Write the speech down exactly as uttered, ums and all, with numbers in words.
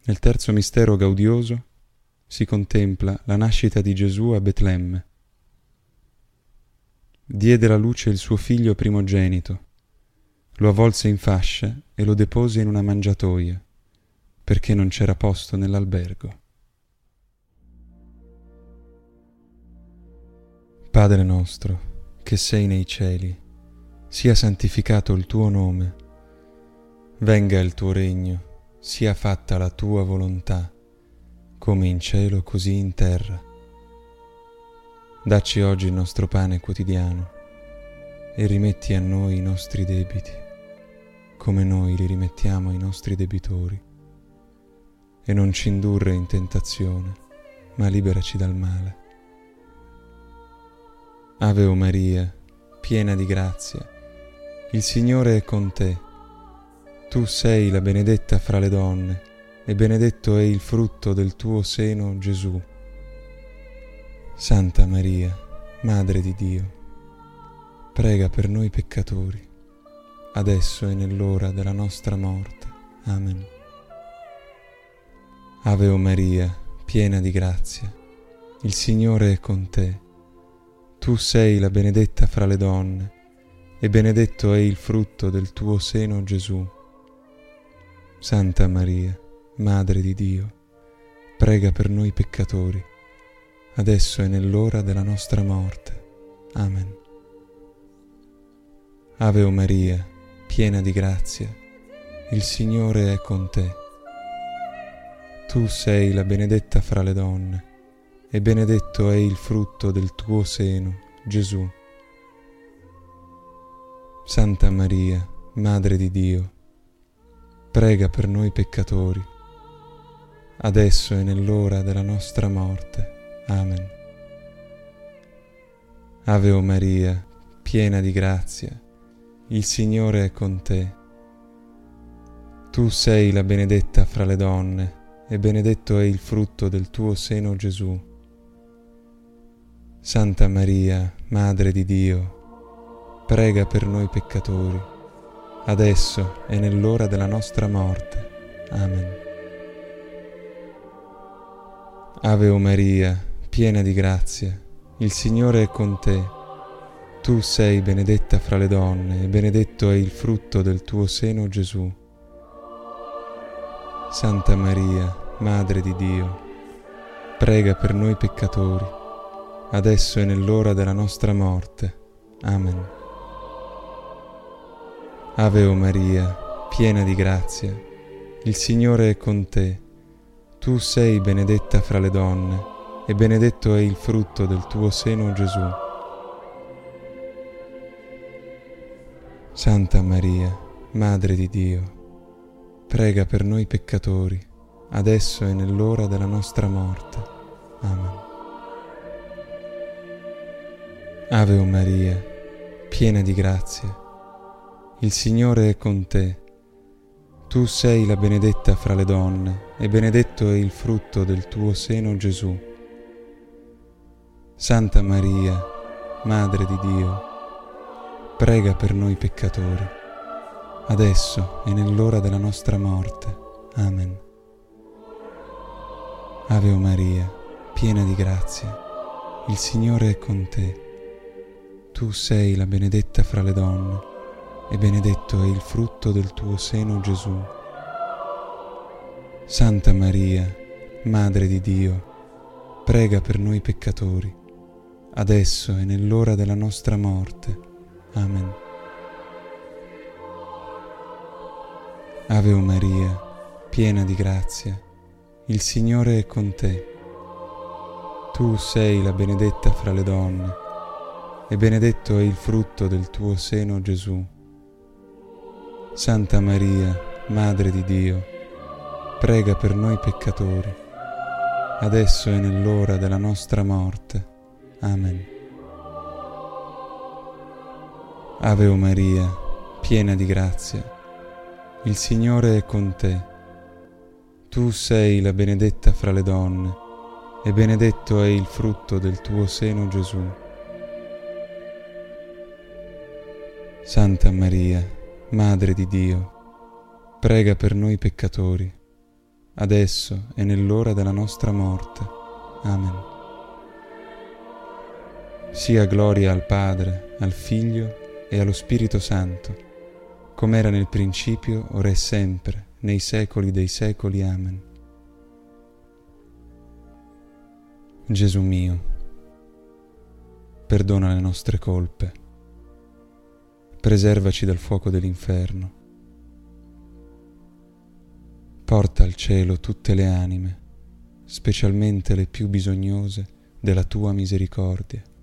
Nel terzo mistero gaudioso si contempla la nascita di Gesù a Betlemme. Diede alla luce il suo figlio primogenito, lo avvolse in fasce e lo depose in una mangiatoia, perché non c'era posto nell'albergo. Padre nostro, che sei nei cieli, sia santificato il tuo nome, venga il tuo regno, sia fatta la tua volontà, come in cielo così in terra. Dacci oggi il nostro pane quotidiano e rimetti a noi i nostri debiti, come noi li rimettiamo ai nostri debitori. E non ci indurre in tentazione, ma liberaci dal male. Ave o Maria, piena di grazia, il Signore è con te. Tu sei la benedetta fra le donne, e benedetto è il frutto del tuo seno, Gesù. Santa Maria, Madre di Dio, prega per noi peccatori, adesso e nell'ora della nostra morte. Amen. Ave o Maria, piena di grazia, il Signore è con te. Tu sei la benedetta fra le donne, e benedetto è il frutto del tuo seno, Gesù. Santa Maria, Madre di Dio, prega per noi peccatori, adesso e nell'ora della nostra morte. Amen. Ave o Maria, piena di grazia, il Signore è con te. Tu sei la benedetta fra le donne, e benedetto è il frutto del tuo seno, Gesù. Santa Maria, Madre di Dio, prega per noi peccatori, adesso e nell'ora della nostra morte. Amen. Ave o Maria, piena di grazia, il Signore è con te. Tu sei la benedetta fra le donne, e benedetto è il frutto del tuo seno, Gesù. Santa Maria, Madre di Dio, prega per noi peccatori, adesso e nell'ora della nostra morte. Amen. Ave o Maria, piena di grazia, il Signore è con te. Tu sei benedetta fra le donne, e benedetto è il frutto del tuo seno, Gesù. Santa Maria, Madre di Dio, prega per noi peccatori, adesso e nell'ora della nostra morte. Amen. Ave o Maria, piena di grazia, il Signore è con te. Tu sei benedetta fra le donne, e benedetto è il frutto del tuo seno, Gesù. Santa Maria, Madre di Dio, prega per noi peccatori, adesso e nell'ora della nostra morte. Amen. Ave o Maria, piena di grazia, il Signore è con te. Tu sei la benedetta fra le donne, e benedetto è il frutto del tuo seno, Gesù. Santa Maria, Madre di Dio, prega per noi peccatori, adesso e nell'ora della nostra morte. Amen. Ave o Maria, piena di grazia, il Signore è con te. Tu sei la benedetta fra le donne, e benedetto è il frutto del tuo seno, Gesù. Santa Maria, Madre di Dio, prega per noi peccatori, adesso e nell'ora della nostra morte. Amen. Ave o Maria, piena di grazia, il Signore è con te. Tu sei la benedetta fra le donne, e benedetto è il frutto del tuo seno, Gesù. Santa Maria, Madre di Dio, prega per noi peccatori, adesso e nell'ora della nostra morte. Amen. Ave o Maria, piena di grazia, il Signore è con te. Tu sei la benedetta fra le donne, e benedetto è il frutto del tuo seno, Gesù. Santa Maria, Madre di Dio, prega per noi peccatori, adesso e nell'ora della nostra morte. Amen. Sia gloria al Padre, al Figlio e allo Spirito Santo, come era nel principio, ora e sempre, nei secoli dei secoli. Amen. Gesù mio, perdona le nostre colpe, preservaci dal fuoco dell'inferno, porta al cielo tutte le anime, specialmente le più bisognose della tua misericordia.